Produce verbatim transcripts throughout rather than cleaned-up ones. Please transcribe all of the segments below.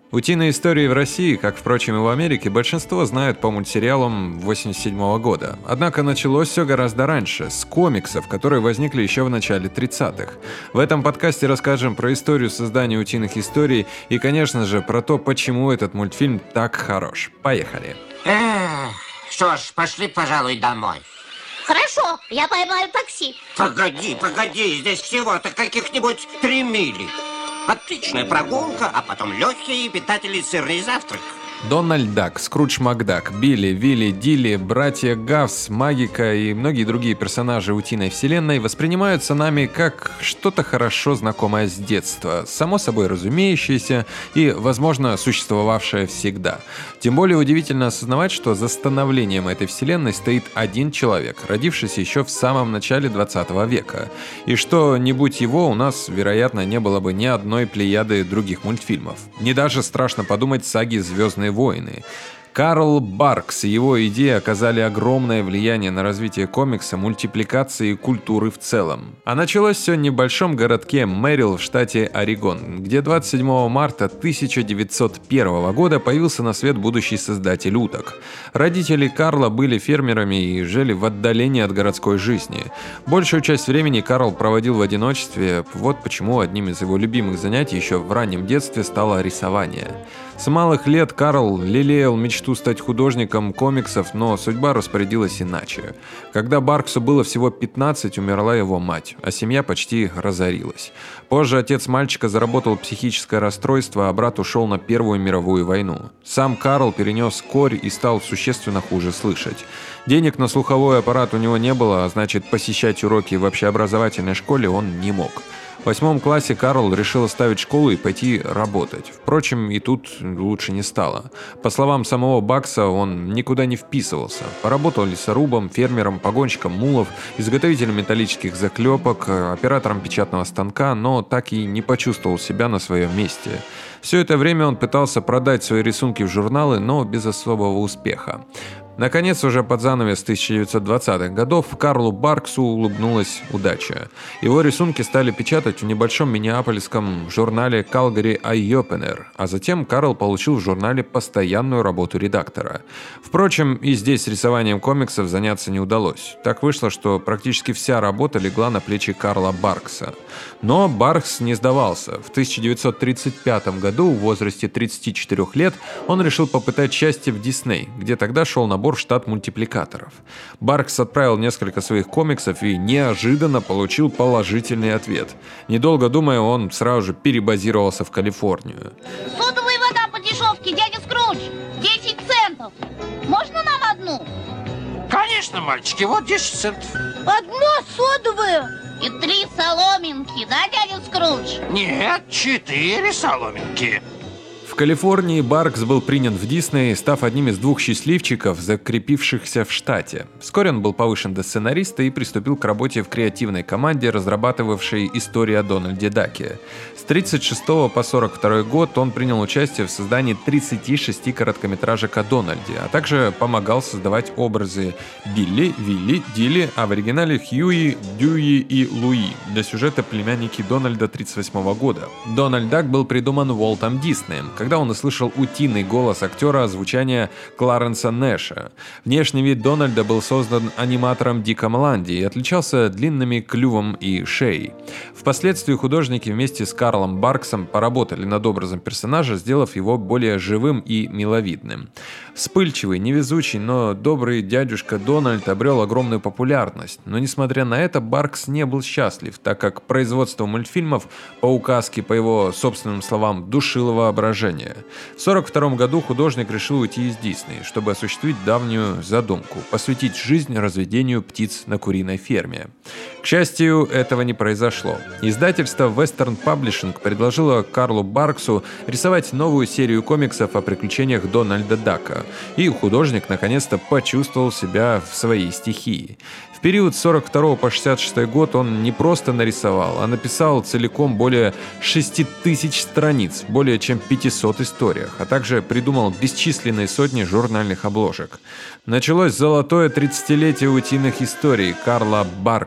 Утиные истории в России, как, впрочем, и в Америке, большинство знают по мультсериалам восемьдесят седьмого года. Однако началось все гораздо раньше, с комиксов, которые возникли еще в начале тридцатых. В этом подкасте расскажем про историю создания утиных историй и, конечно же, про то, почему этот мультфильм так хорош. Поехали! Эх, что ж, пошли, пожалуй, домой. Хорошо, я поймаю такси. Погоди, погоди, здесь всего-то каких-нибудь три мили. Отличная прогулка, а потом легкий и питательный сырный завтрак. Дональд Дак, Скрудж Макдак, Билли, Вилли, Дилли, братья Гавс, Магика и многие другие персонажи утиной вселенной воспринимаются нами как что-то хорошо знакомое с детства, само собой разумеющееся и, возможно, существовавшее всегда. Тем более удивительно осознавать, что за становлением этой вселенной стоит один человек, родившийся еще в самом начале двадцатого века, и что, не будь его, у нас, вероятно, не было бы ни одной плеяды других мультфильмов. Не даже страшно подумать саги «Звездные войны». Карл Баркс и его идеи оказали огромное влияние на развитие комикса, мультипликации и культуры в целом. А началось все в небольшом городке Мэрил в штате Орегон, где двадцать седьмого марта тысяча девятьсот первого года появился на свет будущий создатель уток. Родители Карла были фермерами и жили в отдалении от городской жизни. Большую часть времени Карл проводил в одиночестве, вот почему одним из его любимых занятий еще в раннем детстве стало рисование. С малых лет Карл лелеял мечту стать художником комиксов, но судьба распорядилась иначе. Когда Барксу было всего пятнадцать, умерла его мать, а семья почти разорилась. Позже отец мальчика заработал психическое расстройство, а брат ушел на Первую мировую войну. Сам Карл перенес корь и стал существенно хуже слышать. Денег на слуховой аппарат у него не было, а значит, посещать уроки в общеобразовательной школе он не мог. В восьмом классе Карл решил оставить школу и пойти работать. Впрочем, и тут лучше не стало. По словам самого Бакса, он никуда не вписывался. Поработал лесорубом, фермером, погонщиком мулов, изготовителем металлических заклепок, оператором печатного станка, но так и не почувствовал себя на своем месте. Все это время он пытался продать свои рисунки в журналы, но без особого успеха. Наконец, уже под занавес тысяча девятьсот двадцатых годов Карлу Барксу улыбнулась удача. Его рисунки стали печатать в небольшом миннеаполисском журнале Calgary Eye Opener, а затем Карл получил в журнале постоянную работу редактора. Впрочем, и здесь рисованием комиксов заняться не удалось. Так вышло, что практически вся работа легла на плечи Карла Баркса. Но Баркс не сдавался. В тысяча девятьсот тридцать пятом году, в возрасте тридцати четырёх лет, он решил попытать счастье в Дисней, где тогда шел набор в штат мультипликаторов. Баркс отправил несколько своих комиксов и неожиданно получил положительный ответ. Недолго думая, он сразу же перебазировался в Калифорнию. Содовая вода по дешевке, дядя Скрудж. десять центов. Можно нам одну? Конечно, мальчики, вот десять центов. Одна содовая? И три соломинки, да, дядя Скрудж? Нет, четыре соломинки. В Калифорнии Баркс был принят в Дисней, став одним из двух счастливчиков, закрепившихся в штате. Вскоре он был повышен до сценариста и приступил к работе в креативной команде, разрабатывавшей истории о Дональде Даке. С тридцать шестого по сорок второй год он принял участие в создании тридцати шести короткометражек о Дональде, а также помогал создавать образы Билли, Вилли, Дилли, а в оригинале Хьюи, Дьюи и Луи для сюжета племянники Дональда тридцать восьмого года. Дональд Дак был придуман Уолтом Диснеем, когда он услышал утиный голос актера звучания Кларенса Нэша. Внешний вид Дональда был создан аниматором Диком Ланди и отличался длинными клювом и шеей. Впоследствии художники вместе с Карлом Барксом поработали над образом персонажа, сделав его более живым и миловидным. Вспыльчивый, невезучий, но добрый дядюшка Дональд обрел огромную популярность, но несмотря на это Баркс не был счастлив, так как производство мультфильмов по указке, по его собственным словам, душило воображение. В сорок втором году художник решил уйти из Дисней, чтобы осуществить давнюю задумку – посвятить жизнь разведению птиц на куриной ферме. К счастью, этого не произошло. Издательство Western Publishing предложило Карлу Барксу рисовать новую серию комиксов о приключениях Дональда Дака, и художник наконец-то почувствовал себя в своей стихии. В период с сорок второго по шестьдесят шестой год он не просто нарисовал, а написал целиком более шести тысяч страниц, более чем пятисот историях, а также придумал бесчисленные сотни журнальных обложек. Началось золотое тридцатилетие утиных историй Карла Баркса,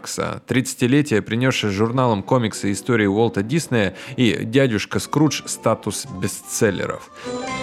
тридцатилетие, принесшее журналам комиксы истории Уолта Диснея и «Дядюшка Скрудж» статус бестселлеров.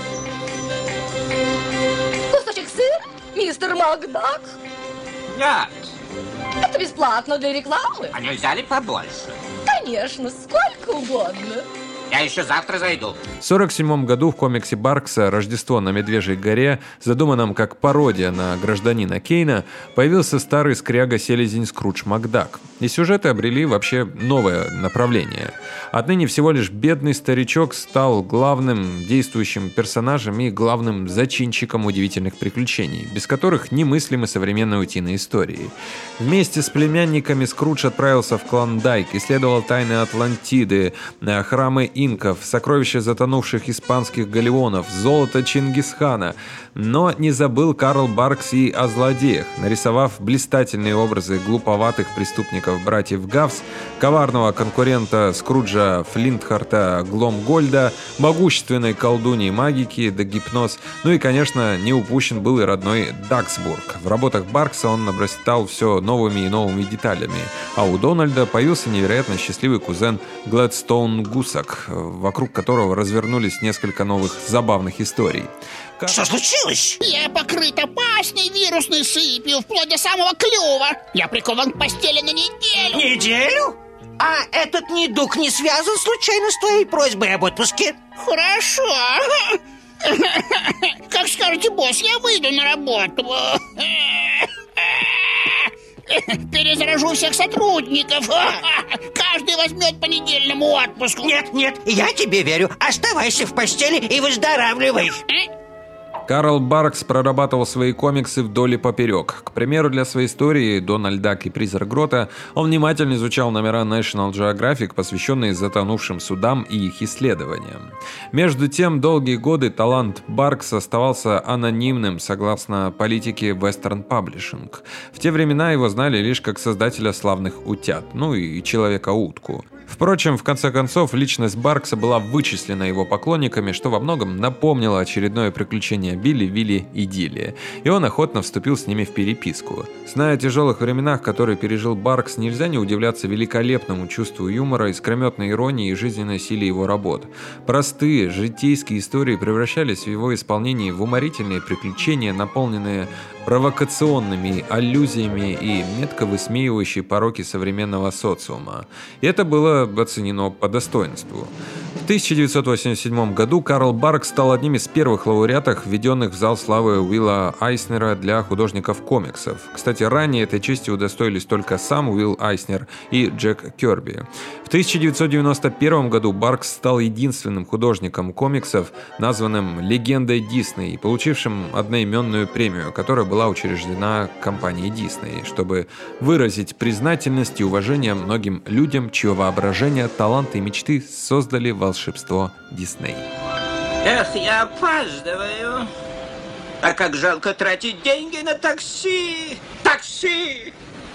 Кусочек сыра, мистер Макдак? Нет. Это бесплатно для рекламы? А нельзя ли побольше? Конечно, сколько угодно. Я еще завтра зайду. В сорок седьмом году в комиксе Баркса «Рождество на Медвежьей горе», задуманном как пародия на гражданина Кейна, появился старый скряга-селезень Скрудж Макдак. И сюжеты обрели вообще новое направление. Отныне всего лишь бедный старичок стал главным действующим персонажем и главным зачинщиком удивительных приключений, без которых немыслимы современные утиные истории. Вместе с племянниками Скрудж отправился в Клондайк, исследовал тайны Атлантиды, храмы инков, сокровища затонувших испанских галеонов, золото Чингисхана. Но не забыл Карл Баркс и о злодеях, нарисовав блистательные образы глуповатых преступников братьев Гавс, коварного конкурента Скруджа Флинтхарта Гломгольда, могущественной колдуньи магики да гипноз, ну и, конечно, не упущен был и родной Даксбург. В работах Баркса он обрастал все новыми и новыми деталями, а у Дональда появился невероятно счастливый кузен Гладстоун Гусак, вокруг которого развернулись несколько новых забавных историй. Что случилось? Я покрыт опасной вирусной сыпью, вплоть до самого клюва. Я прикован к постели на неделю. Неделю? А этот недуг не связан случайно с твоей просьбой об отпуске? Хорошо. Как скажете, босс, я выйду на работу. Перезаражу всех сотрудников. Каждый возьмет по недельному отпуску. Нет, нет, я тебе верю. Оставайся в постели и выздоравливай. Карл Баркс прорабатывал свои комиксы вдоль и поперек. К примеру, для своей истории «Дональд Дак и призрак Грота» он внимательно изучал номера National Geographic, посвященные затонувшим судам и их исследованиям. Между тем, долгие годы талант Баркса оставался анонимным, согласно политике Western Publishing. В те времена его знали лишь как создателя славных «Утят», ну и «Человека-утку». Впрочем, в конце концов, личность Баркса была вычислена его поклонниками, что во многом напомнило очередное приключение Билли, Вилли и Дилли, и он охотно вступил с ними в переписку. Зная о тяжелых временах, которые пережил Баркс, нельзя не удивляться великолепному чувству юмора, искрометной иронии и жизненной силе его работ. Простые, житейские истории превращались в его исполнении в уморительные приключения, наполненные провокационными аллюзиями и метко высмеивающие пороки современного социума. И это было оценено по достоинству. В тысяча девятьсот восемьдесят седьмом году Карл Баркс стал одним из первых лауреатов, введенных в зал славы Уилла Айснера для художников комиксов. Кстати, ранее этой чести удостоились только сам Уилл Айснер и Джек Кёрби. В тысяча девятьсот девяносто первом году Баркс стал единственным художником комиксов, названным «Легендой Дисней» и получившим одноименную премию, которая была учреждена компанией Дисней, чтобы выразить признательность и уважение многим людям, чье воображение, таланты и мечты создали волшебство Дисней. Эх, я опаздываю. А как жалко тратить деньги на такси. Такси!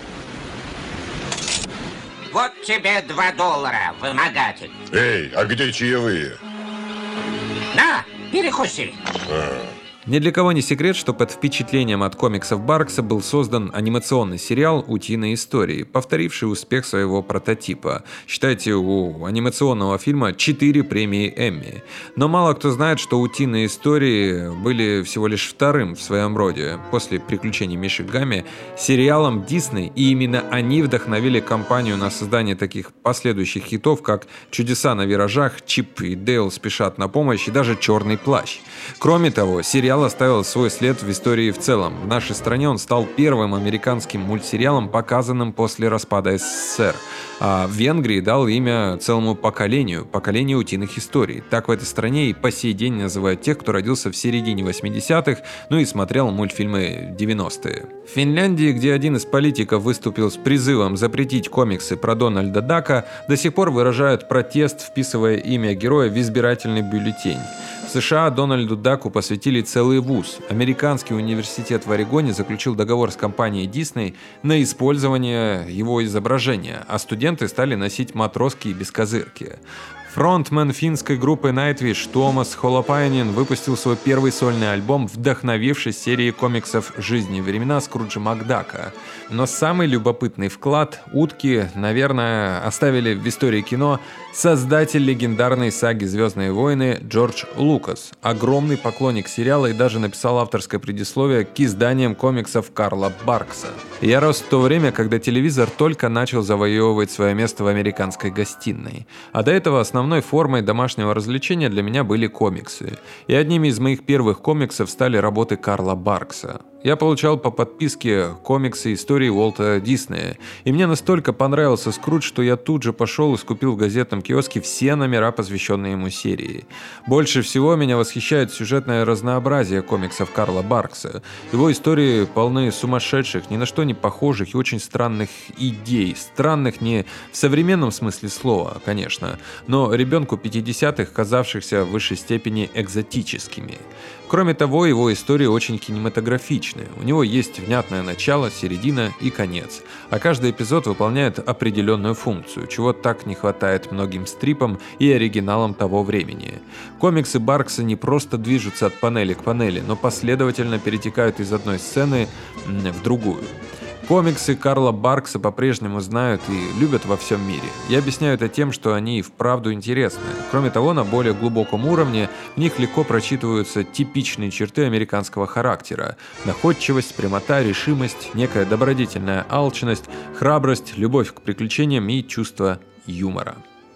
Вот тебе два доллара, вымогатель. Эй, а где чаевые? На, перекуси. А. Ни для кого не секрет, что под впечатлением от комиксов Баркса был создан анимационный сериал «Утиные истории», повторивший успех своего прототипа. Считайте, у анимационного фильма четыре премии Эмми. Но мало кто знает, что «Утиные истории» были всего лишь вторым в своем роде, после «Приключений Мишек Гамми», сериалом Дисней, и именно они вдохновили компанию на создание таких последующих хитов, как «Чудеса на виражах», «Чип и Дейл спешат на помощь» и даже «Черный плащ». Кроме того, сериал оставил свой след в истории в целом. В нашей стране он стал первым американским мультсериалом, показанным после распада СССР. А в Венгрии дал имя целому поколению, поколению утиных историй. Так в этой стране и по сей день называют тех, кто родился в середине восьмидесятых, ну и смотрел мультфильмы девяностые. В Финляндии, где один из политиков выступил с призывом запретить комиксы про Дональда Дака, до сих пор выражают протест, вписывая имя героя в избирательный бюллетень. В США Дональду Даку посвятили целый вуз. Американский университет в Орегоне заключил договор с компанией Disney на использование его изображения, а студенты стали носить матроски и бескозырки. Фронтмен финской группы Nightwish Томас Холопайнин выпустил свой первый сольный альбом, вдохновившись серией комиксов «Жизнь и времена» Скруджа Макдака. Но самый любопытный вклад утки, наверное, оставили в истории кино создатель легендарной саги «Звездные войны» Джордж Лукас, огромный поклонник сериала и даже написал авторское предисловие к изданиям комиксов Карла Баркса. Я рос в то время, когда телевизор только начал завоевывать свое место в американской гостиной. А до этого основной формой домашнего развлечения для меня были комиксы. И одними из моих первых комиксов стали работы Карла Баркса. Я получал по подписке комиксы истории Уолта Диснея. И мне настолько понравился Скрудж, что я тут же пошел и скупил в газетном киоске все номера, посвященные ему серии. Больше всего меня восхищает сюжетное разнообразие комиксов Карла Баркса. Его истории полны сумасшедших, ни на что не похожих и очень странных идей. Странных не в современном смысле слова, конечно, но ребенку пятидесятых, казавшихся в высшей степени экзотическими. Кроме того, его истории очень кинематографичны. У него есть внятное начало, середина и конец. А каждый эпизод выполняет определенную функцию, чего так не хватает многим стрипам и оригиналам того времени. Комиксы Баркса не просто движутся от панели к панели, но последовательно перетекают из одной сцены в другую. Комиксы Карла Баркса по-прежнему знают и любят во всем мире. Я объясняю это тем, что они и вправду интересны. Кроме того, на более глубоком уровне в них легко прочитываются типичные черты американского характера: находчивость, прямота, решимость, некая добродетельная алчность, храбрость, любовь к приключениям и чувство юмора.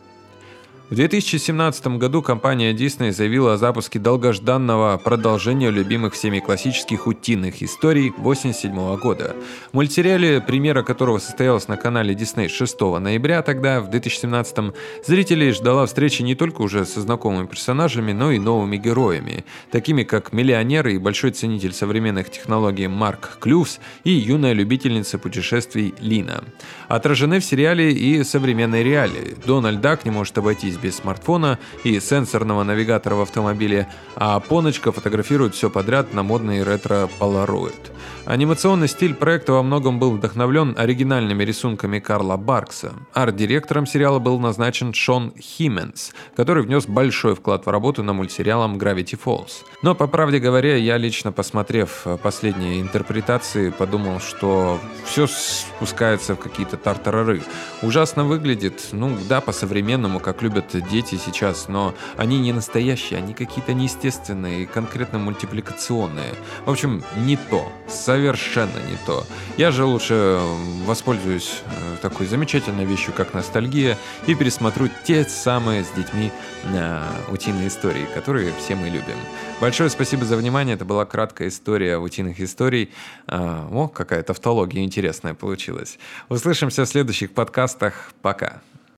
В две тысячи семнадцатом году компания Disney заявила о запуске долгожданного продолжения любимых всеми классических утиных историй восемьдесят седьмого года. В мультсериале, премьера которого состоялась на канале Disney шестого ноября, тогда, в две тысячи семнадцатом, зрителей ждала встреча не только уже со знакомыми персонажами, но и новыми героями, такими как миллионер и большой ценитель современных технологий Марк Клювс и юная любительница путешествий Лина. Отражены в сериале и современные реалии. Дональд Дак не может обойтись без смартфона и сенсорного навигатора в автомобиле, а Поночка фотографирует все подряд на модный ретро-полароид. Анимационный стиль проекта во многом был вдохновлен оригинальными рисунками Карла Баркса. Арт-директором сериала был назначен Шон Химменс, который внес большой вклад в работу над мультсериалом Gravity Falls. Но, по правде говоря, я лично, посмотрев последние интерпретации, подумал, что все спускается в какие-то тартарары. Ужасно выглядит, ну да, по-современному, как любят дети сейчас, но они не настоящие, они какие-то неестественные и конкретно мультипликационные. В общем, не то. Совершенно не то. Я же лучше воспользуюсь такой замечательной вещью, как ностальгия, и пересмотрю те самые с детьми э, утиные истории, которые все мы любим. Большое спасибо за внимание. Это была краткая история утиных историй. Э, о, какая тавтология интересная получилась. Услышимся в следующих подкастах. Пока.